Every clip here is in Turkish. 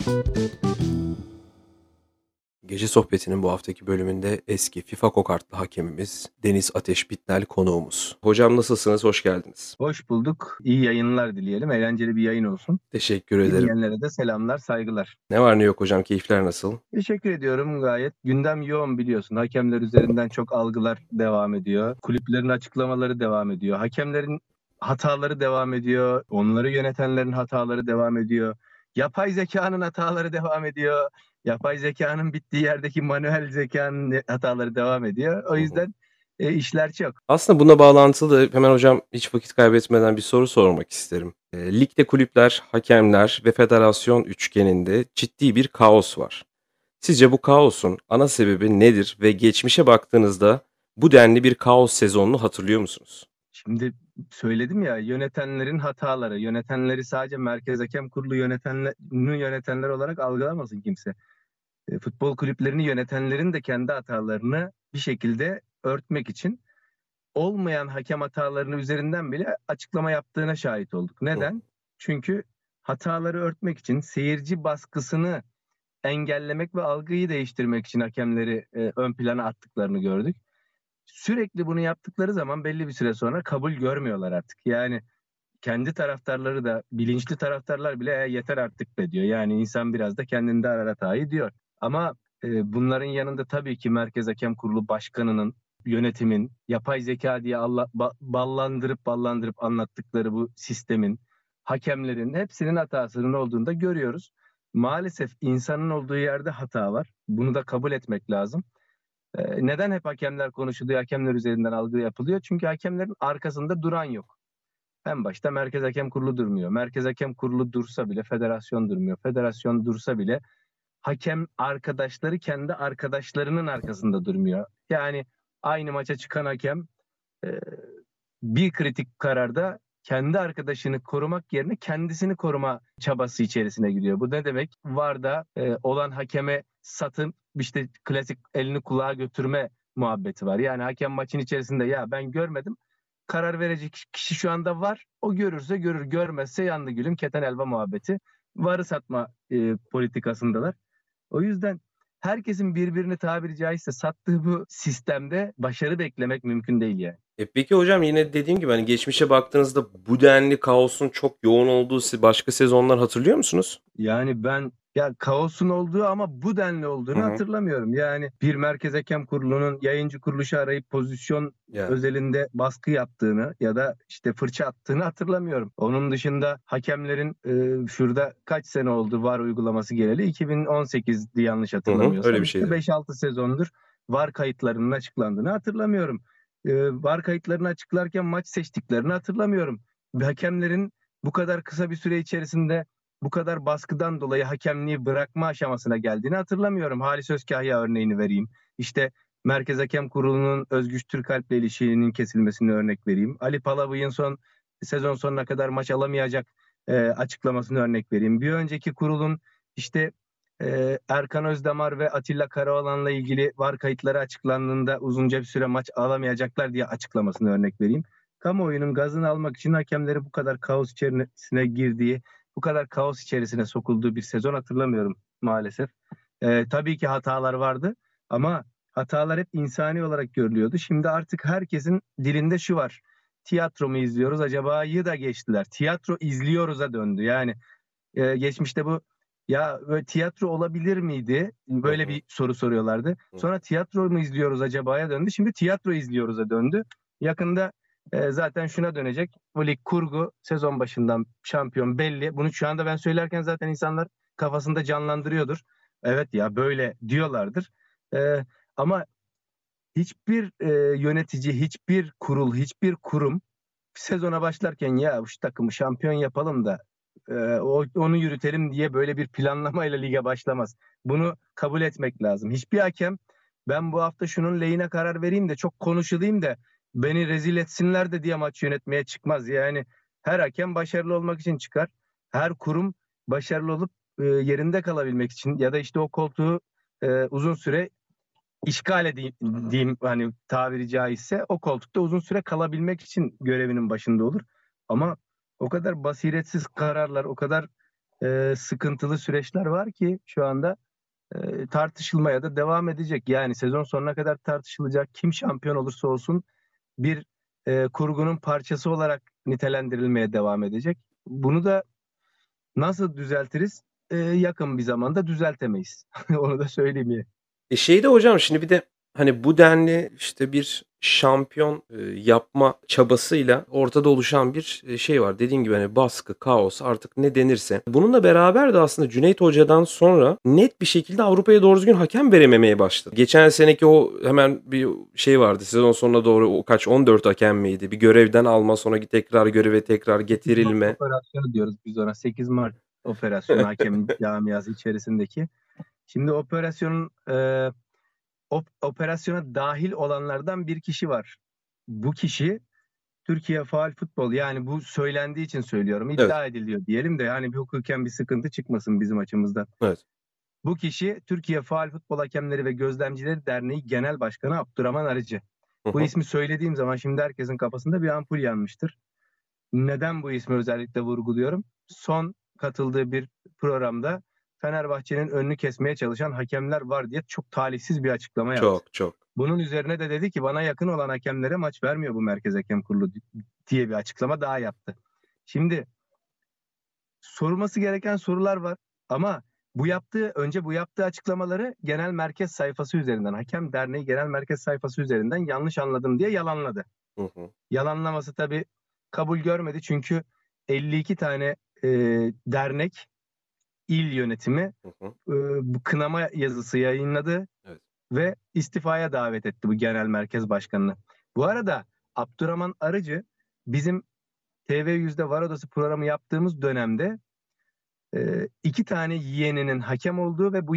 Gece Sohbeti'nin bu haftaki bölümünde eski FIFA kokartlı hakemimiz Deniz Ateş Bitnel konuğumuz. Hocam nasılsınız? Hoş geldiniz. Hoş bulduk. İyi yayınlar dileyelim. Eğlenceli bir yayın olsun. Teşekkür ederim. Dinleyenlere de selamlar, saygılar. Ne var ne yok hocam? Keyifler nasıl? Teşekkür ediyorum gayet. Gündem yoğun biliyorsun. Hakemler üzerinden çok algılar devam ediyor. Kulüplerin açıklamaları devam ediyor. Hakemlerin hataları devam ediyor. Onları yönetenlerin hataları devam ediyor. Yapay zekanın hataları devam ediyor. Yapay zekanın bittiği yerdeki manuel zekanın hataları devam ediyor. O Hı hı. yüzden işler çok. Aslında buna bağlantılı hemen hocam hiç vakit kaybetmeden bir soru sormak isterim. Ligde kulüpler, hakemler ve federasyon üçgeninde ciddi bir kaos var. Sizce bu kaosun ana sebebi nedir ve geçmişe baktığınızda bu denli bir kaos sezonunu hatırlıyor musunuz? Şimdi söyledim ya, yönetenlerin hataları. Yönetenleri sadece Merkez Hakem Kurulu yönetenler olarak algılamasın kimse. Futbol kulüplerini yönetenlerin de kendi hatalarını bir şekilde örtmek için olmayan hakem hatalarını üzerinden bile açıklama yaptığına şahit olduk. Hı hı. Neden? Çünkü hataları örtmek için, seyirci baskısını engellemek ve algıyı değiştirmek için hakemleri ön plana attıklarını gördük. Sürekli bunu yaptıkları zaman belli bir süre sonra kabul görmüyorlar artık. Yani kendi taraftarları da, bilinçli taraftarlar bile yeter artık be diyor. Yani insan biraz da kendinde arar hatayı diyor. Ama bunların yanında tabii ki Merkez Hakem Kurulu Başkanı'nın, yönetimin, yapay zeka diye ballandırıp anlattıkları bu sistemin, hakemlerin hepsinin hatasının olduğunu da görüyoruz. Maalesef insanın olduğu yerde hata var. Bunu da kabul etmek lazım. Neden hep hakemler konuşuluyor, hakemler üzerinden algı yapılıyor? Çünkü hakemlerin arkasında duran yok. En başta Merkez Hakem Kurulu durmuyor. Merkez Hakem Kurulu dursa bile federasyon durmuyor. Federasyon dursa bile hakem arkadaşları kendi arkadaşlarının arkasında durmuyor. Yani aynı maça çıkan hakem e, bir kritik kararda kendi arkadaşını korumak yerine kendisini koruma çabası içerisine gidiyor. Bu ne demek? VAR'da olan hakeme satın işte klasik elini kulağa götürme muhabbeti var. Yani hakem maçın içerisinde ya ben görmedim, karar verecek kişi şu anda var. O görürse görür, görmezse yandı gülüm keten elva muhabbeti. VAR'ı satma politikasındalar. O yüzden herkesin birbirini tabiri caizse sattığı bu sistemde başarı beklemek mümkün değil yani. Peki hocam yine dediğim gibi hani geçmişe baktığınızda bu denli kaosun çok yoğun olduğu başka sezonlar hatırlıyor musunuz? Yani ben ya kaosun olduğu ama bu denli Hı olduğunu hı. hatırlamıyorum. Yani bir Merkez Hakem Kurulu'nun yayıncı kuruluşu arayıp pozisyon Ya özelinde baskı yaptığını ya da işte fırça attığını hatırlamıyorum. Onun dışında hakemlerin şurada kaç sene oldu VAR uygulaması geleli? 2018'di yanlış hı hı, öyle hatırlamıyorsam. bir İşte şeydi. 5-6 sezondur VAR kayıtlarının açıklandığını hatırlamıyorum. VAR kayıtlarını açıklarken maç seçtiklerini hatırlamıyorum. Hakemlerin bu kadar kısa bir süre içerisinde bu kadar baskıdan dolayı hakemliği bırakma aşamasına geldiğini hatırlamıyorum. Halis Özkahya örneğini vereyim. İşte Merkez Hakem Kurulu'nun Özgüç Türkalp'le ilişkinin kesilmesini örnek vereyim. Ali Palabıyık'ın sezon sonuna kadar maç alamayacak açıklamasını örnek vereyim. Bir önceki kurulun işte Erkan Özdamar ve Atilla Karaoğlan'la ilgili VAR kayıtları açıklandığında uzunca bir süre maç alamayacaklar diye açıklamasını örnek vereyim. Kamuoyunun gazını almak için hakemleri bu kadar kaos içerisine girdiği, bu kadar kaos içerisine sokulduğu bir sezon hatırlamıyorum maalesef. Tabii ki hatalar vardı ama hatalar hep insani olarak görülüyordu. Şimdi artık herkesin dilinde şu var. Tiyatro mu izliyoruz acaba'yı da geçtiler. Tiyatro izliyoruz'a döndü. Yani geçmişte bu ya böyle tiyatro olabilir miydi? Hı Böyle hı, bir soru soruyorlardı. hı. Sonra tiyatro mu izliyoruz acaba'ya döndü. Şimdi tiyatro izliyoruz'a döndü. Yakında zaten şuna dönecek. Bu lig kurgu, sezon başından şampiyon belli. Bunu şu anda ben söylerken zaten insanlar kafasında canlandırıyordur. Evet ya böyle diyorlardır. Ama hiçbir yönetici, hiçbir kurul, hiçbir kurum sezona başlarken ya şu takımı şampiyon yapalım da onu yürütelim diye böyle bir planlamayla lige başlamaz. Bunu kabul etmek lazım. Hiçbir hakem ben bu hafta şunun lehine karar vereyim de çok konuşulayım da beni rezil etsinler de diye maç yönetmeye çıkmaz. Yani her hakem başarılı olmak için çıkar. Her kurum başarılı olup yerinde kalabilmek için ya da işte o koltuğu uzun süre işgal edeyim diyeyim hani tabiri caizse o koltukta uzun süre kalabilmek için görevinin başında olur. Ama o kadar basiretsiz kararlar, o kadar sıkıntılı süreçler var ki şu anda tartışılmaya da devam edecek. Yani sezon sonuna kadar tartışılacak. Kim şampiyon olursa olsun bir kurgunun parçası olarak nitelendirilmeye devam edecek. Bunu da nasıl düzeltiriz? Yakın bir zamanda düzeltemeyiz. Onu da söyleyeyim ya. Şey de hocam şimdi bir de, hani, bu denli, işte, bir şampiyon, yapma çabasıyla ortada oluşan bir, şey var. Dediğin gibi, hani, baskı, kaos artık ne denirse. Bununla beraber de aslında Cüneyt Hoca'dan sonra net bir şekilde Avrupa'ya doğru düzgün hakem verememeye başladı. Geçen seneki o hemen bir şey vardı, sezon sonuna doğru o kaç 14 hakem miydi? Bir görevden alma, sonra tekrar göreve tekrar 8 Mart getirilme. operasyonu diyoruz biz ona. 8 Mart operasyonu hakemin camiası içerisindeki. Şimdi operasyonun operasyona dahil olanlardan bir kişi var. Bu kişi Türkiye Faal Futbol, yani bu söylendiği için söylüyorum, Evet, iddia ediliyor diyelim de yani bir hukuken bir sıkıntı çıkmasın bizim açımızdan. evet. Bu kişi Türkiye Faal Futbol Hakemleri ve Gözlemcileri Derneği Genel Başkanı Abdurrahman Arıcı. Hı Bu hı. ismi söylediğim zaman şimdi herkesin kafasında bir ampul yanmıştır. Neden bu ismi özellikle vurguluyorum? Son katıldığı bir programda Fenerbahçe'nin önünü kesmeye çalışan hakemler var diye çok talihsiz bir açıklama yaptı. Çok, çok. Bunun üzerine de dedi ki bana yakın olan hakemlere maç vermiyor bu Merkez Hakem Kurulu diye bir açıklama daha yaptı. Şimdi sorulması gereken sorular var ama bu yaptığı açıklamaları genel merkez sayfası üzerinden, Hakem Derneği genel merkez sayfası üzerinden yanlış anladım diye yalanladı. Hı hı. Yalanlaması tabii kabul görmedi çünkü 52 tane e, dernek, il yönetimi Hı hı. bu kınama yazısı yayınladı Evet. ve istifaya davet etti bu genel merkez başkanını. Bu arada Abdurrahman Arıcı bizim TV100'de Var Odası programı yaptığımız dönemde iki tane yeğeninin hakem olduğu ve bu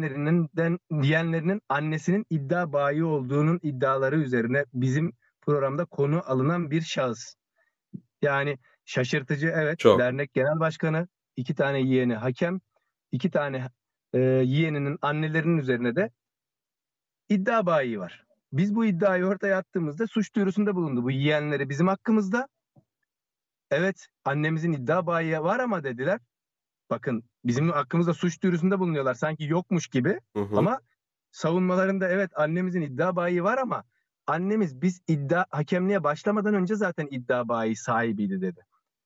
yeğenlerinin annesinin iddia bayi olduğunun iddiaları üzerine bizim programda konu alınan bir şahıs. Yani şaşırtıcı, evet, Çok. dernek genel başkanı, iki tane yeğeni hakem, iki tane yeğeninin annelerinin üzerine de iddia bayi var. Biz bu iddiayı ortaya attığımızda suç duyurusunda bulundu bu yeğenleri bizim hakkımızda. Evet, annemizin iddia bayi var ama dediler. Bakın bizim hakkımızda suç duyurusunda bulunuyorlar sanki yokmuş gibi Hı hı. ama savunmalarında evet annemizin iddia bayi var ama annemiz biz iddia hakemliğe başlamadan önce zaten iddia bayi sahibiydi dedi.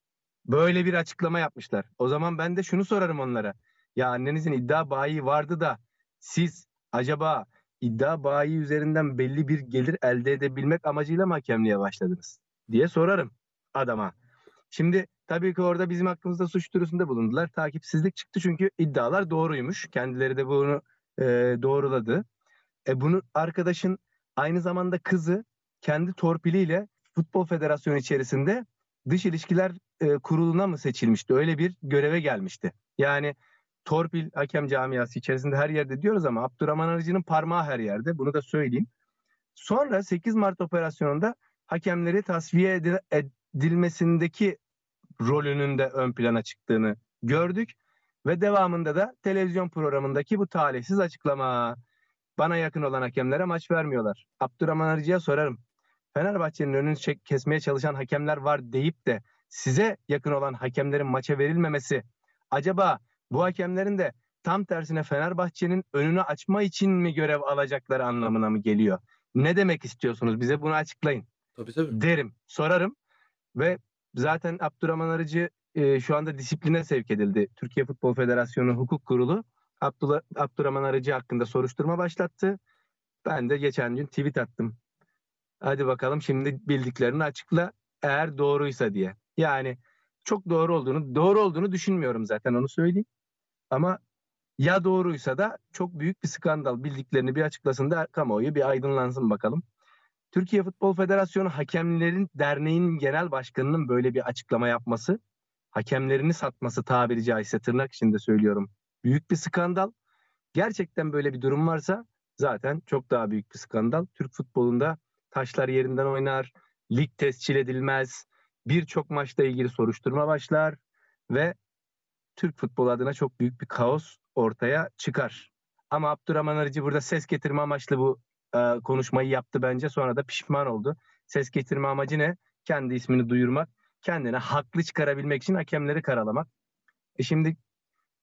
Böyle bir açıklama yapmışlar. O zaman ben de şunu sorarım onlara. Ya annenizin iddia bayi vardı da siz acaba iddia bayi üzerinden belli bir gelir elde edebilmek amacıyla mı hakemliğe başladınız diye sorarım adama. Şimdi tabii ki orada bizim hakkımızda suç duyurusunda bulundular. Takipsizlik çıktı çünkü iddialar doğruymuş. Kendileri de bunu e, doğruladı. Bunu arkadaşın aynı zamanda kızı kendi torpiliyle Futbol Federasyonu içerisinde Dış İlişkiler Kurulu'na mı seçilmişti? Öyle bir göreve gelmişti. Yani torpil hakem camiası içerisinde her yerde diyoruz ama Abdurrahman Arıcı'nın parmağı her yerde. Bunu da söyleyeyim. Sonra 8 Mart operasyonunda hakemleri tasfiye edilmesindeki rolünün de ön plana çıktığını gördük. Ve devamında da televizyon programındaki bu talihsiz açıklama. Bana yakın olan hakemlere maç vermiyorlar. Abdurrahman Arıcı'ya sorarım. Fenerbahçe'nin önünü kesmeye çalışan hakemler var deyip de size yakın olan hakemlerin maça verilmemesi acaba bu hakemlerin de tam tersine Fenerbahçe'nin önünü açma için mi görev alacakları anlamına mı geliyor? Ne demek istiyorsunuz? Bize bunu açıklayın Tabii, tabii. derim, sorarım ve zaten Abdurrahman Arıcı şu anda disipline sevk edildi. Türkiye Futbol Federasyonu Hukuk Kurulu Abdurrahman Arıcı hakkında soruşturma başlattı. Ben de geçen gün tweet attım. Hadi bakalım şimdi bildiklerini açıkla eğer doğruysa diye. Yani çok doğru olduğunu düşünmüyorum zaten onu söyleyeyim. Ama ya doğruysa da çok büyük bir skandal. Bildiklerini bir açıklasın da kamuoyu bir aydınlansın bakalım. Türkiye Futbol Federasyonu Hakemlerin Derneği'nin genel başkanının böyle bir açıklama yapması, hakemlerini satması tabiri caizse tırnak içinde söylüyorum. Büyük bir skandal. Gerçekten böyle bir durum varsa zaten çok daha büyük bir skandal. Türk futbolunda taşlar yerinden oynar, lig tescil edilmez, birçok maçla ilgili soruşturma başlar ve Türk futbolu adına çok büyük bir kaos ortaya çıkar. Ama Abdurrahman Arıcı burada ses getirme amaçlı bu konuşmayı yaptı bence. Sonra da pişman oldu. Ses getirme amacı ne? Kendi ismini duyurmak, kendine haklı çıkarabilmek için hakemleri karalamak. Şimdi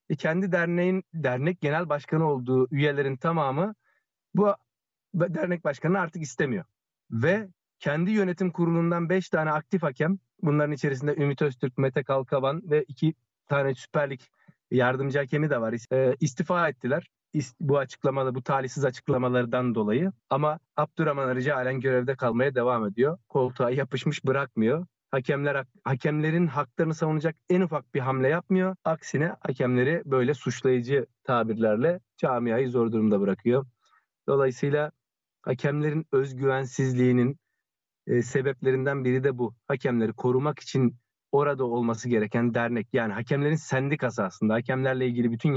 kendi dernek genel başkanı olduğu üyelerin tamamı bu dernek başkanını artık istemiyor. Ve kendi yönetim kurulundan 5 tane aktif hakem, bunların içerisinde Ümit Öztürk, Mete Kalkavan ve 2 tane Süper Lig yardımcı hakemi de var. İstifa ettiler. Bu açıklamada, bu talihsiz açıklamalardan dolayı. Ama Abdurrahman Arıcı halen görevde kalmaya devam ediyor. Koltuğa yapışmış, bırakmıyor. Hakemlerin haklarını savunacak en ufak bir hamle yapmıyor. Aksine hakemleri böyle suçlayıcı tabirlerle camiayı zor durumda bırakıyor. Dolayısıyla hakemlerin özgüvensizliğinin sebeplerinden biri de bu. Hakemleri korumak için orada olması gereken dernek, yani hakemlerin sendikası aslında. Hakemlerle ilgili bütün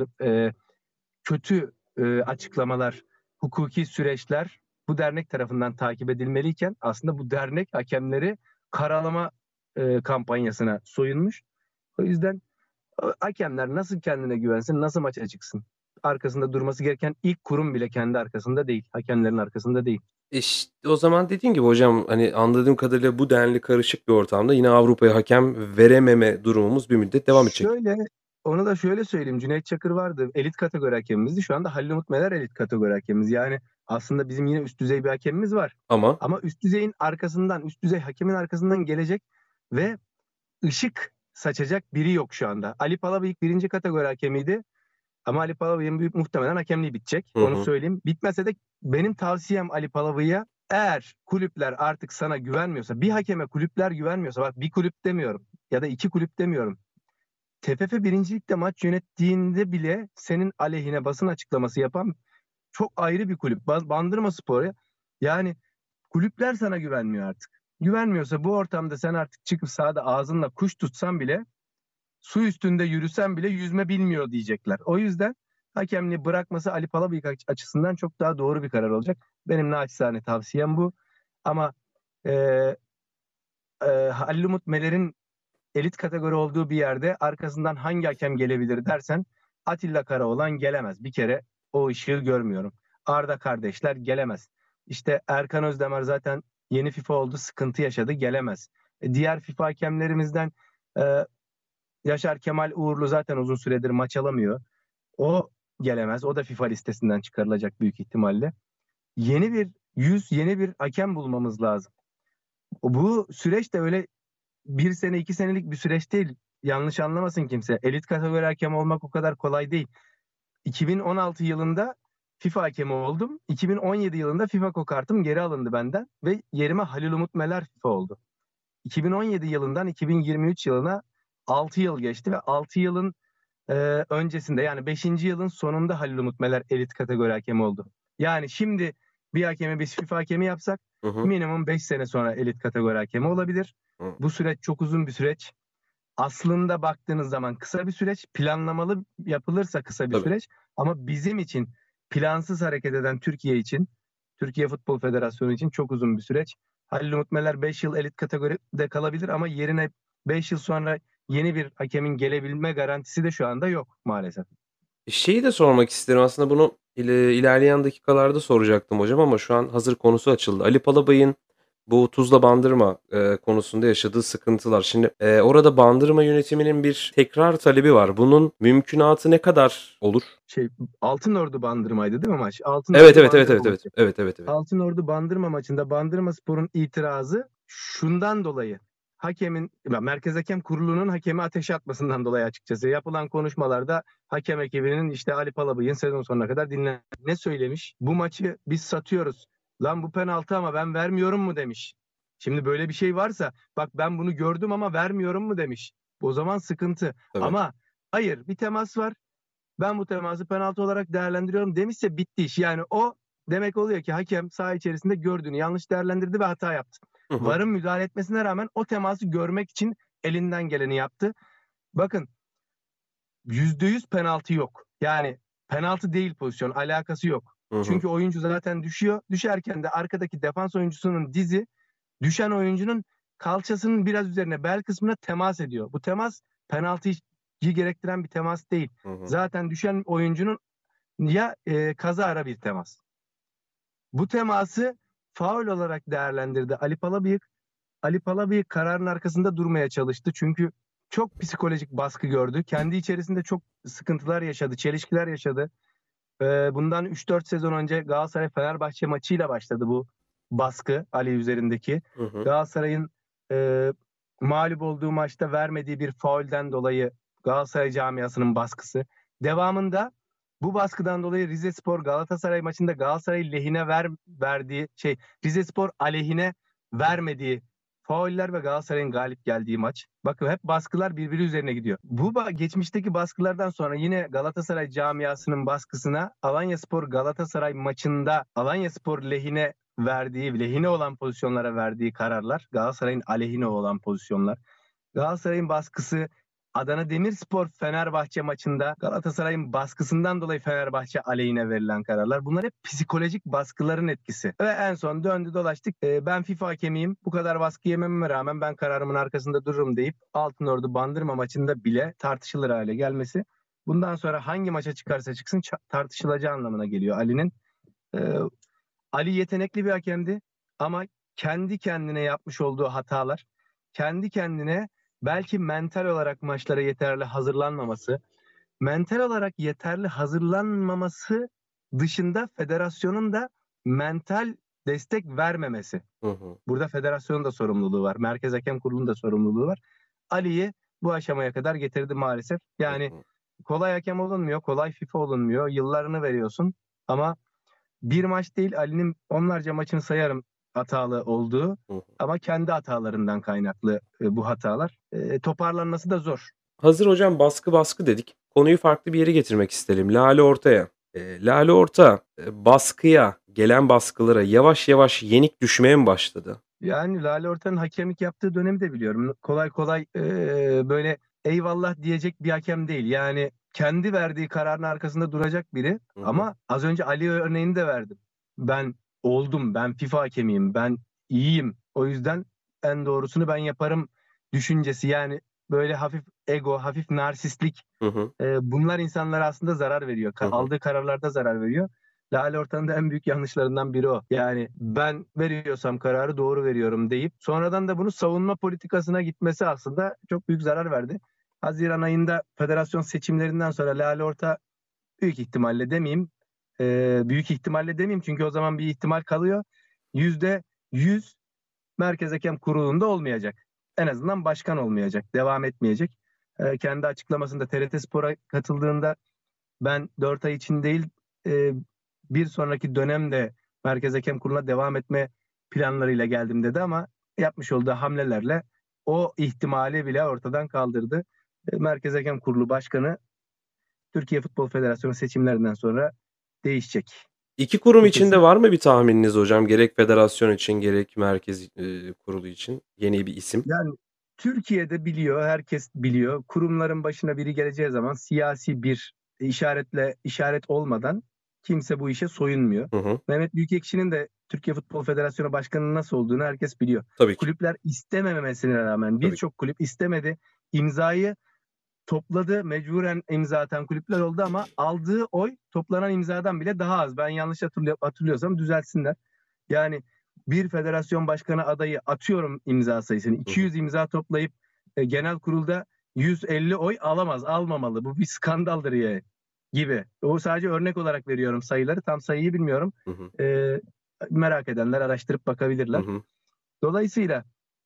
kötü açıklamalar, hukuki süreçler bu dernek tarafından takip edilmeliyken aslında bu dernek hakemleri karalama kampanyasına soyunmuş. O yüzden hakemler nasıl kendine güvensin, nasıl maça çıksın? Arkasında durması gereken ilk kurum bile kendi arkasında değil. Hakemlerin arkasında değil. İşte o zaman dediğin gibi hocam, hani, anladığım kadarıyla bu denli karışık bir ortamda yine Avrupa'ya hakem verememe durumumuz bir müddet devam edecek. Şöyle, onu da şöyle söyleyeyim. Cüneyt Çakır vardı. Elit kategori hakemimizdi. Şu anda Halil Umut Meler elit kategori hakemimiz. Yani aslında bizim yine üst düzey bir hakemimiz var. Ama Ama üst düzeyin arkasından, üst düzey hakemin arkasından gelecek ve ışık saçacak biri yok şu anda. Ali Palabıyık birinci kategori hakemiydi. Ama Ali Palabıyık'ın muhtemelen hakemliği bitecek. Hı Onu hı. söyleyeyim. Bitmese de benim tavsiyem Ali Palabıyık'a, eğer kulüpler artık sana güvenmiyorsa, bir hakeme kulüpler güvenmiyorsa, bak bir kulüp demiyorum ya da 2 kulüp demiyorum. TFF birincilikte maç yönettiğinde bile senin aleyhine basın açıklaması yapan çok ayrı bir kulüp. Bandırmaspor. Yani kulüpler sana güvenmiyor artık. Güvenmiyorsa bu ortamda sen artık çıkıp sahada ağzınla kuş tutsan bile, su üstünde yürüsen bile yüzme bilmiyor diyecekler. O yüzden hakemliği bırakması Ali Palabıyık açısından çok daha doğru bir karar olacak. Benim naçizane tavsiyem bu. Ama e, Halil Umut Meler'in elit kategori olduğu bir yerde arkasından hangi hakem gelebilir dersen, Atilla Karaoğlan gelemez. Bir kere o ışığı görmüyorum. Arda kardeşler gelemez. İşte Erkan Özdemir zaten yeni FIFA oldu, sıkıntı yaşadı, gelemez. Diğer FIFA hakemlerimizden e, Yaşar Kemal Uğurlu zaten uzun süredir maç alamıyor. O gelemez. O da FIFA listesinden çıkarılacak büyük ihtimalle. Yeni bir yüz, yeni bir hakem bulmamız lazım. Bu süreç de öyle 1 sene 2 senelik bir süreç değil. Yanlış anlamasın kimse. Elit kategori hakem olmak o kadar kolay değil. 2016 yılında FIFA hakemi oldum. 2017 yılında FIFA kokartım geri alındı benden ve yerime Halil Umut Meler FIFA oldu. 2017 yılından 2023 yılına 6 yıl geçti ve 6 yılın öncesinde, yani 5. yılın sonunda Halil Umut Meler elit kategori hakemi oldu. Yani şimdi bir hakemi biz FIFA hakemi yapsak Hı hı. minimum 5 sene sonra elit kategori hakemi olabilir. Hı. Bu süreç çok uzun bir süreç. Aslında baktığınız zaman kısa bir süreç, planlamalı yapılırsa kısa bir Tabii. süreç, ama bizim için, plansız hareket eden Türkiye için, Türkiye Futbol Federasyonu için çok uzun bir süreç. Halil Umut Meler 5 yıl elit kategoride kalabilir ama yerine 5 yıl sonra yeni bir hakemin gelebilme garantisi de şu anda yok maalesef. Şeyi de sormak isterim aslında bunu ilerleyen dakikalarda soracaktım hocam ama şu an hazır konusu açıldı. Ali Palabey'in bu Tuzla Bandırma, konusunda yaşadığı sıkıntılar. Şimdi, orada Bandırma yönetiminin bir tekrar talebi var. Bunun mümkünatı ne kadar olur? Altınordu Bandırma'ydı değil mi maç? Evet, Altınordu evet, evet, Bandırma evet, evet. maçı. Evet, evet, evet. Altınordu Bandırma maçında Bandırmaspor'un itirazı şundan dolayı. Merkez Hakem Kurulu'nun hakemi ateşe atmasından dolayı açıkçası. Yapılan konuşmalarda hakem ekibinin, işte Ali Palabıyık'ın sezon sonuna kadar ne söylemiş? Bu maçı biz satıyoruz. Lan bu penaltı ama ben vermiyorum mu demiş. Şimdi böyle bir şey varsa, bak ben bunu gördüm ama vermiyorum mu demiş. O zaman sıkıntı. Tabii. Ama hayır, bir temas var, ben bu teması penaltı olarak değerlendiriyorum demişse bitti iş. Yani o demek oluyor ki hakem saha içerisinde gördüğünü yanlış değerlendirdi ve hata yaptı. Hı hı. VAR'ın müdahale etmesine rağmen o teması görmek için elinden geleni yaptı. Bakın, %100 penaltı yok. Yani penaltı değil pozisyon, alakası yok. Hı hı. Çünkü oyuncu zaten düşüyor. Düşerken de arkadaki defans oyuncusunun dizi düşen oyuncunun kalçasının biraz üzerine, bel kısmına temas ediyor. Bu temas penaltıyı gerektiren bir temas değil. Hı hı. Zaten düşen oyuncunun kazara bir temas. Bu teması faul olarak değerlendirdi Ali Palabıyık. Ali Palabıyık kararın arkasında durmaya çalıştı. Çünkü çok psikolojik baskı gördü. Kendi içerisinde çok sıkıntılar yaşadı, çelişkiler yaşadı. Bundan 3-4 sezon önce Galatasaray-Fenerbahçe maçıyla başladı bu baskı Ali üzerindeki. Hı hı. Galatasaray'ın mağlup olduğu maçta vermediği bir faulden dolayı Galatasaray camiasının baskısı. Devamında bu baskıdan dolayı Rizespor Galatasaray maçında Galatasaray lehine Rizespor aleyhine vermediği fauller ve Galatasaray'ın galip geldiği maç. Bakın hep baskılar birbiri üzerine gidiyor. Bu geçmişteki baskılardan sonra yine Galatasaray camiasının baskısına Alanyaspor Galatasaray maçında Alanyaspor lehine olan pozisyonlara verdiği kararlar, Galatasaray'ın aleyhine olan pozisyonlar. Galatasaray'ın baskısı Adana Demirspor Fenerbahçe maçında Galatasaray'ın baskısından dolayı Fenerbahçe aleyhine verilen kararlar. Bunlar hep psikolojik baskıların etkisi. Ve en son döndü dolaştık. Ben FIFA hakemiyim. Bu kadar baskı yememe rağmen ben kararımın arkasında dururum deyip Altınordu Bandırma maçında bile tartışılır hale gelmesi. Bundan sonra hangi maça çıkarsa çıksın tartışılacağı anlamına geliyor Ali'nin. Ali yetenekli bir hakemdi ama kendi kendine yapmış olduğu hatalar, kendi kendine belki mental olarak maçlara yeterli hazırlanmaması, mental olarak yeterli hazırlanmaması dışında federasyonun da mental destek vermemesi. Hı hı. Burada federasyonun da sorumluluğu var. Merkez Hakem Kurulu'nun da sorumluluğu var. Ali'yi bu aşamaya kadar getirdi maalesef. Yani Hı hı. kolay hakem olunmuyor, kolay FIFA olunmuyor. Yıllarını veriyorsun ama bir maç değil Ali'nin onlarca maçını sayarım hatalı olduğu Hı hı. ama kendi hatalarından kaynaklı bu hatalar. Toparlanması da zor. Hazır hocam baskı dedik. Konuyu farklı bir yere getirmek isterim. Lale Orta'ya. Lale Orta, baskıya, gelen baskılara yavaş yavaş yenik düşmeye mi başladı? Yani Lale Orta'nın hakemlik yaptığı dönemi de biliyorum. Kolay kolay böyle eyvallah diyecek bir hakem değil. Yani kendi verdiği kararın arkasında duracak biri. Hı hı. Ama az önce Ali örneğini de verdim. Ben oldum, ben FIFA hakemiyim, ben iyiyim. O yüzden en doğrusunu ben yaparım düşüncesi. Yani böyle hafif ego, hafif narsistlik Hı hı. bunlar insanlara aslında zarar veriyor. Hı hı. Aldığı kararlarda zarar veriyor. Lale Orta'nın da en büyük yanlışlarından biri o. Yani ben veriyorsam kararı doğru veriyorum deyip sonradan da bunu savunma politikasına gitmesi aslında çok büyük zarar verdi. Haziran ayında federasyon seçimlerinden sonra Lale Orta büyük ihtimalle demeyeyim, büyük ihtimalle demeyeyim çünkü o zaman bir ihtimal kalıyor. %100 Merkez Hakem Kurulu'nda olmayacak. En azından başkan olmayacak, devam etmeyecek. Kendi açıklamasında TRT Spor'a katıldığında ben 4 ay için değil e, bir sonraki dönemde Merkez Hakem Kurulu'na devam etme planlarıyla geldim dedi ama yapmış olduğu hamlelerle o ihtimali bile ortadan kaldırdı. Merkez Hakem Kurulu Başkanı Türkiye Futbol Federasyonu seçimlerinden sonra değişecek. İki kurum Bu içinde kesin. var mı bir tahmininiz hocam? Gerek federasyon için gerek merkez kurulu için yeni bir isim. Yani Türkiye'de biliyor, herkes biliyor. Kurumların başına biri geleceği zaman siyasi bir işaret olmadan kimse bu işe soyunmuyor. Hı hı. Mehmet Büyükekşi'nin de Türkiye Futbol Federasyonu Başkanı'nın nasıl olduğunu herkes biliyor. Tabii ki. Kulüpler istememesine rağmen Tabii ki. birçok kulüp istemedi. İmzayı topladı. Mecburen imza atan kulüpler oldu ama aldığı oy toplanan imzadan bile daha az. Ben yanlış hatırlıyorsam düzeltsinler. Yani bir federasyon başkanı adayı atıyorum imza sayısını. Hı hı. 200 imza toplayıp genel kurulda 150 oy alamaz, almamalı. Bu bir skandaldır yani gibi. O sadece örnek olarak veriyorum sayıları. Tam sayıyı bilmiyorum. Hı hı. Merak edenler araştırıp Hı bakabilirler. hı. Dolayısıyla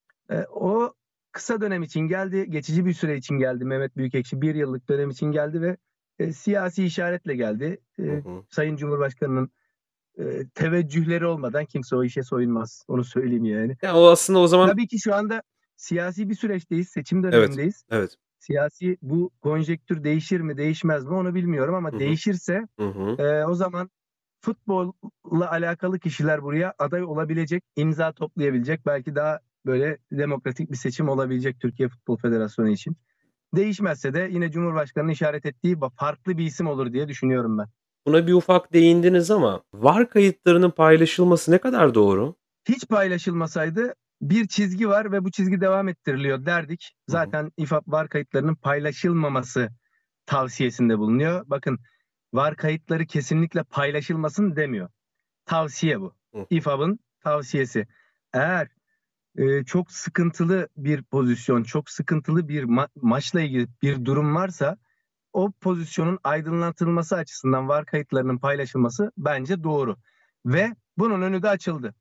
o kısa dönem için geldi, geçici bir süre için geldi. Mehmet Büyükekşi bir yıllık dönem için geldi ve siyasi işaretle geldi. Hı hı. Sayın Cumhurbaşkanı'nın teveccühleri olmadan kimse o işe soyunmaz. Onu söyleyeyim yani. Ya o aslında o zaman Tabii ki şu anda siyasi bir süreçteyiz, seçim evet. dönemindeyiz. Evet. Siyasi bu konjektür değişir mi, değişmez mi onu bilmiyorum ama Hı hı. değişirse Hı hı. o zaman futbolla alakalı kişiler buraya aday olabilecek, imza toplayabilecek, belki daha böyle demokratik bir seçim olabilecek Türkiye Futbol Federasyonu için. Değişmezse de yine Cumhurbaşkanı'nın işaret ettiği farklı bir isim olur diye düşünüyorum ben. Buna bir ufak değindiniz ama VAR kayıtlarının paylaşılması ne kadar doğru? Hiç paylaşılmasaydı bir çizgi var ve bu çizgi devam ettiriliyor derdik. Hı hı. Zaten İFAB VAR kayıtlarının paylaşılmaması tavsiyesinde bulunuyor. Bakın VAR kayıtları kesinlikle paylaşılmasın demiyor. Tavsiye bu. Hı hı. İFAB'ın tavsiyesi. Eğer çok sıkıntılı bir pozisyon, çok sıkıntılı bir maçla ilgili bir durum varsa o pozisyonun aydınlatılması açısından VAR kayıtlarının paylaşılması bence doğru. Ve bunun önü de açıldı.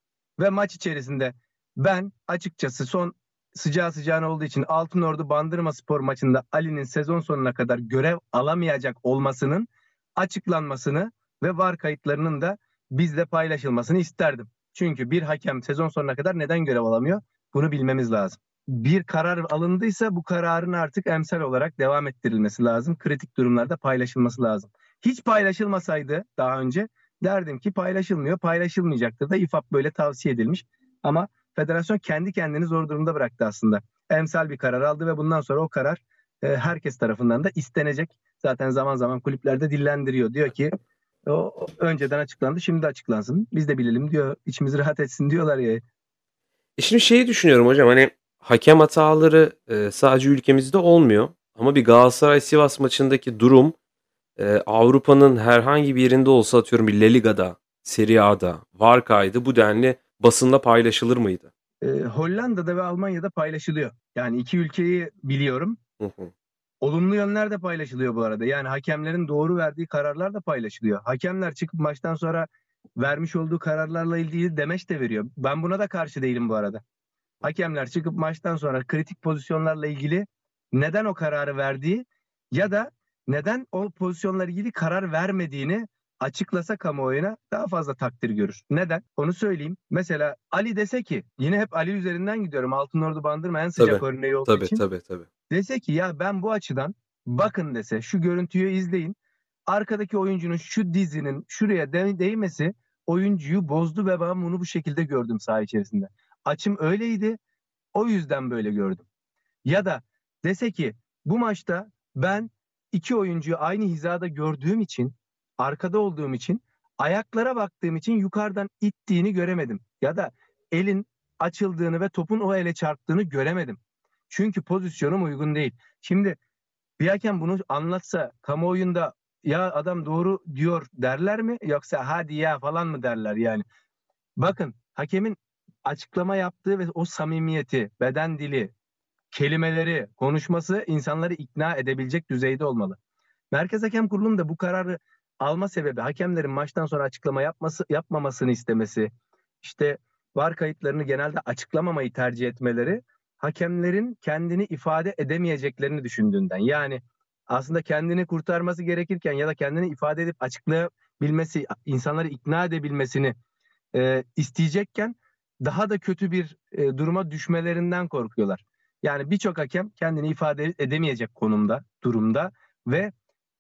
Ve maç içerisinde ben açıkçası son sıcağı sıcağına olduğu için Altınordu Bandırmaspor maçında Ali'nin sezon sonuna kadar görev alamayacak olmasının açıklanmasını ve VAR kayıtlarının da bizle paylaşılmasını isterdim. Çünkü bir hakem sezon sonuna kadar neden görev alamıyor? Bunu bilmemiz lazım. Bir karar alındıysa bu kararın artık emsal olarak devam ettirilmesi lazım. Kritik durumlarda paylaşılması lazım. Hiç paylaşılmasaydı daha önce derdim ki paylaşılmıyor, paylaşılmayacaktır da İFAB böyle tavsiye edilmiş. Ama federasyon kendi kendini zor durumda bıraktı aslında. Emsal bir karar aldı ve bundan sonra o karar herkes tarafından da istenecek. Zaten zaman zaman kulüplerde dillendiriyor. Diyor ki o önceden açıklandı, şimdi açıklansın. Biz de bilelim diyor. İçimiz rahat etsin diyorlar ya. Şimdi şeyi düşünüyorum hocam, hani hakem hataları sadece ülkemizde olmuyor ama bir Galatasaray-Sivas maçındaki durum Avrupa'nın herhangi bir yerinde olsa, atıyorum bir La Liga'da, Serie A'da VAR kaydı bu denli basında paylaşılır mıydı? Hollanda'da ve Almanya'da paylaşılıyor. Yani iki ülkeyi biliyorum. Hı hı. Olumlu yönler de paylaşılıyor bu arada. Yani hakemlerin doğru verdiği kararlar da paylaşılıyor. Hakemler çıkıp maçtan sonra vermiş olduğu kararlarla ilgili demeç de veriyor. Ben buna da karşı değilim bu arada. Hakemler çıkıp maçtan sonra kritik pozisyonlarla ilgili neden o kararı verdiği ya da neden o pozisyonlarla ilgili karar vermediğini açıklasa kamuoyuna daha fazla takdir görür. Neden? Onu söyleyeyim. Mesela Ali dese ki, yine hep Ali üzerinden gidiyorum. Altınordu Bandırma en sıcak Tabii. örneği olduğu Tabii, için. tabii, tabii. Dese ki ya ben bu açıdan bakın dese, şu görüntüyü izleyin. Arkadaki oyuncunun şu dizinin şuraya değmesi oyuncuyu bozdu ve ben bunu bu şekilde gördüm saha içerisinde. Açım öyleydi. O yüzden böyle gördüm. Ya da dese ki bu maçta ben iki oyuncuyu aynı hizada gördüğüm için, arkada olduğum için, ayaklara baktığım için yukarıdan ittiğini göremedim. Ya da elin açıldığını ve topun o ele çarptığını göremedim. Çünkü pozisyonum uygun değil. Şimdi bir hakem bunu anlatsa kamuoyunda ya adam doğru diyor derler mi? Yoksa hadi ya falan mı derler yani? Bakın hakemin açıklama yaptığı ve o samimiyeti, beden dili, kelimeleri, konuşması insanları ikna edebilecek düzeyde olmalı. Merkez Hakem Kurulu'nun da bu kararı alma sebebi hakemlerin maçtan sonra açıklama yapmamasını istemesi, işte VAR kayıtlarını genelde açıklamamayı tercih etmeleri, hakemlerin kendini ifade edemeyeceklerini düşündüğünden. Yani aslında kendini kurtarması gerekirken ya da kendini ifade edip açıklayabilmesi, insanları ikna edebilmesini isteyecekken daha da kötü bir duruma düşmelerinden korkuyorlar. Yani birçok hakem kendini ifade edemeyecek durumda ve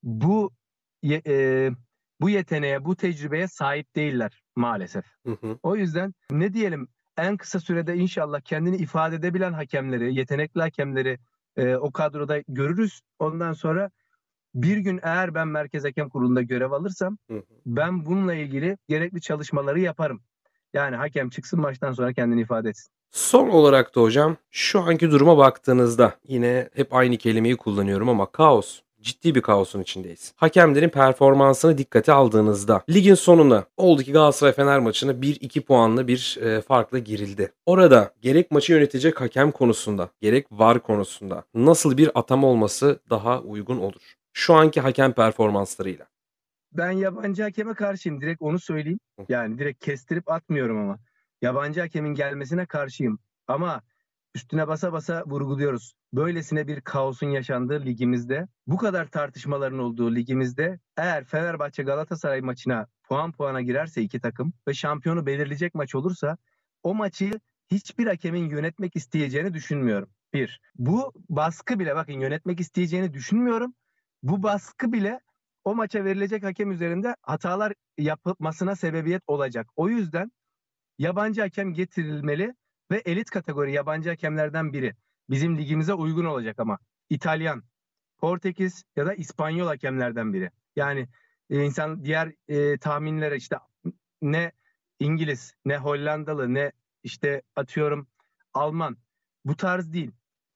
bu ye- e, bu yeteneğe, bu tecrübeye sahip değiller maalesef. Hı hı. O yüzden ne diyelim, en kısa sürede inşallah kendini ifade edebilen hakemleri, yetenekli hakemleri o kadroda görürüz. Ondan sonra bir gün eğer ben Merkez Hakem Kurulu'nda görev alırsam Hı hı. ben bununla ilgili gerekli çalışmaları yaparım. Yani hakem çıksın maçtan sonra kendini ifade etsin. Son olarak da hocam, şu anki duruma baktığınızda yine hep aynı kelimeyi kullanıyorum ama kaos. Ciddi bir kaosun içindeyiz. Hakemlerin performansını dikkate aldığınızda ligin sonuna oldu ki Galatasaray Fener maçına 1-2 puanlı bir farkla girildi. Orada gerek maçı yönetecek hakem konusunda gerek VAR konusunda nasıl bir atama olması daha uygun olur? Şu anki hakem performanslarıyla. Ben yabancı hakeme karşıyım. Direkt onu söyleyeyim. Yani direkt kestirip atmıyorum ama. Yabancı hakemin gelmesine karşıyım. Ama üstüne basa basa vurguluyoruz. Böylesine bir kaosun yaşandığı ligimizde, bu kadar tartışmaların olduğu ligimizde eğer Fenerbahçe Galatasaray maçına puan puana girerse iki takım ve şampiyonu belirleyecek maç olursa o maçı hiçbir hakemin yönetmek isteyeceğini düşünmüyorum. Bir. Bu baskı bile, bakın, yönetmek isteyeceğini düşünmüyorum. Bu baskı bile o maça verilecek hakem üzerinde hatalar yapılmasına sebebiyet olacak. O yüzden yabancı hakem getirilmeli ve elit kategori yabancı hakemlerden biri. Bizim ligimize uygun olacak ama. İtalyan, Portekiz ya da İspanyol hakemlerden biri. Yani insan diğer tahminlere işte ne İngiliz, ne Hollandalı, ne işte atıyorum Alman. Bu tarz değil.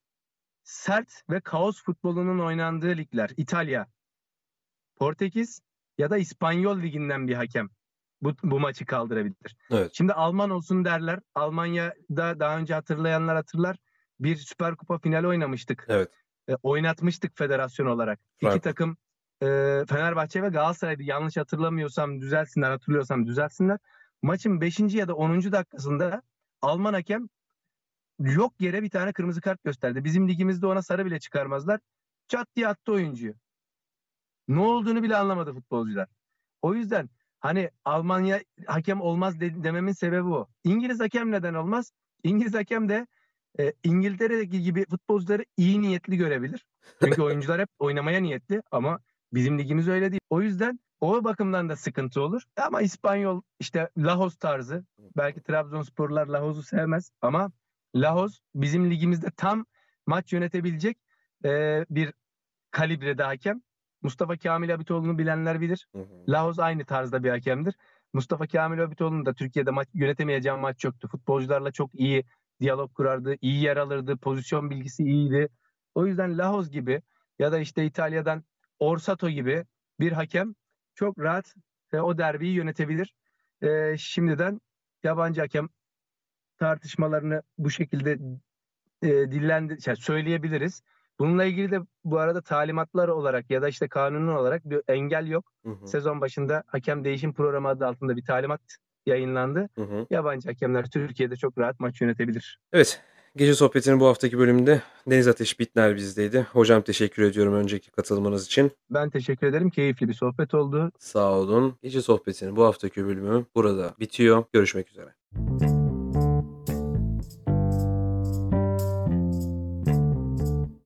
Sert ve kaos futbolunun oynandığı ligler. İtalya, Portekiz ya da İspanyol liginden bir hakem bu maçı kaldırabilir. Evet. Şimdi Alman olsun derler. Almanya'da daha önce hatırlayanlar hatırlar. Bir Süper Kupa finali oynamıştık. Evet. Oynatmıştık federasyon olarak. İki Frankfurt. takım Fenerbahçe ve Galatasaray'dı. Yanlış hatırlamıyorsam düzelsinler, hatırlıyorsam düzelsinler. Maçın 5. ya da 10. dakikasında Alman hakem yok yere bir tane kırmızı kart gösterdi. Bizim ligimizde ona sarı bile çıkarmazlar. Çat diye attı oyuncuyu. Ne olduğunu bile anlamadı futbolcular. O yüzden hani Almanya hakem olmaz dememin sebebi o. İngiliz hakem neden olmaz? İngiliz hakem de İngiltere'deki gibi futbolcuları iyi niyetli görebilir. Çünkü oyuncular hep oynamaya niyetli ama bizim ligimiz öyle değil. O yüzden o bakımdan da sıkıntı olur. Ama İspanyol işte Lahos tarzı, belki Trabzonsporlular Lahos'u sevmez ama Lahos bizim ligimizde tam maç yönetebilecek bir kalibrede hakem. Mustafa Kamil Habitoğlu'nu bilenler bilir. Lahos aynı tarzda bir hakemdir. Mustafa Kamil Habitoğlu'nun da Türkiye'de maç yönetemeyeceği maç yoktu. Futbolcularla çok iyi diyalog kurardı, iyi yer alırdı, pozisyon bilgisi iyiydi. O yüzden Lahos gibi ya da işte İtalya'dan Orsato gibi bir hakem çok rahat o derbiyi yönetebilir. Şimdiden yabancı hakem tartışmalarını bu şekilde söyleyebiliriz. Bununla ilgili de bu arada talimatlar olarak ya da işte kanuni olarak bir engel yok. Sezon başında hakem değişim programı adı altında bir talimat yayınlandı. Yabancı hakemler Türkiye'de çok rahat maç yönetebilir. Evet. Gece Sohbeti'nin bu haftaki bölümünde Deniz Ateş Bitner bizdeydi. Hocam teşekkür ediyorum önceki katılımınız için. Ben teşekkür ederim. Keyifli bir sohbet oldu. Sağ olun. Gece Sohbeti'nin bu haftaki bölümü burada bitiyor. Görüşmek üzere.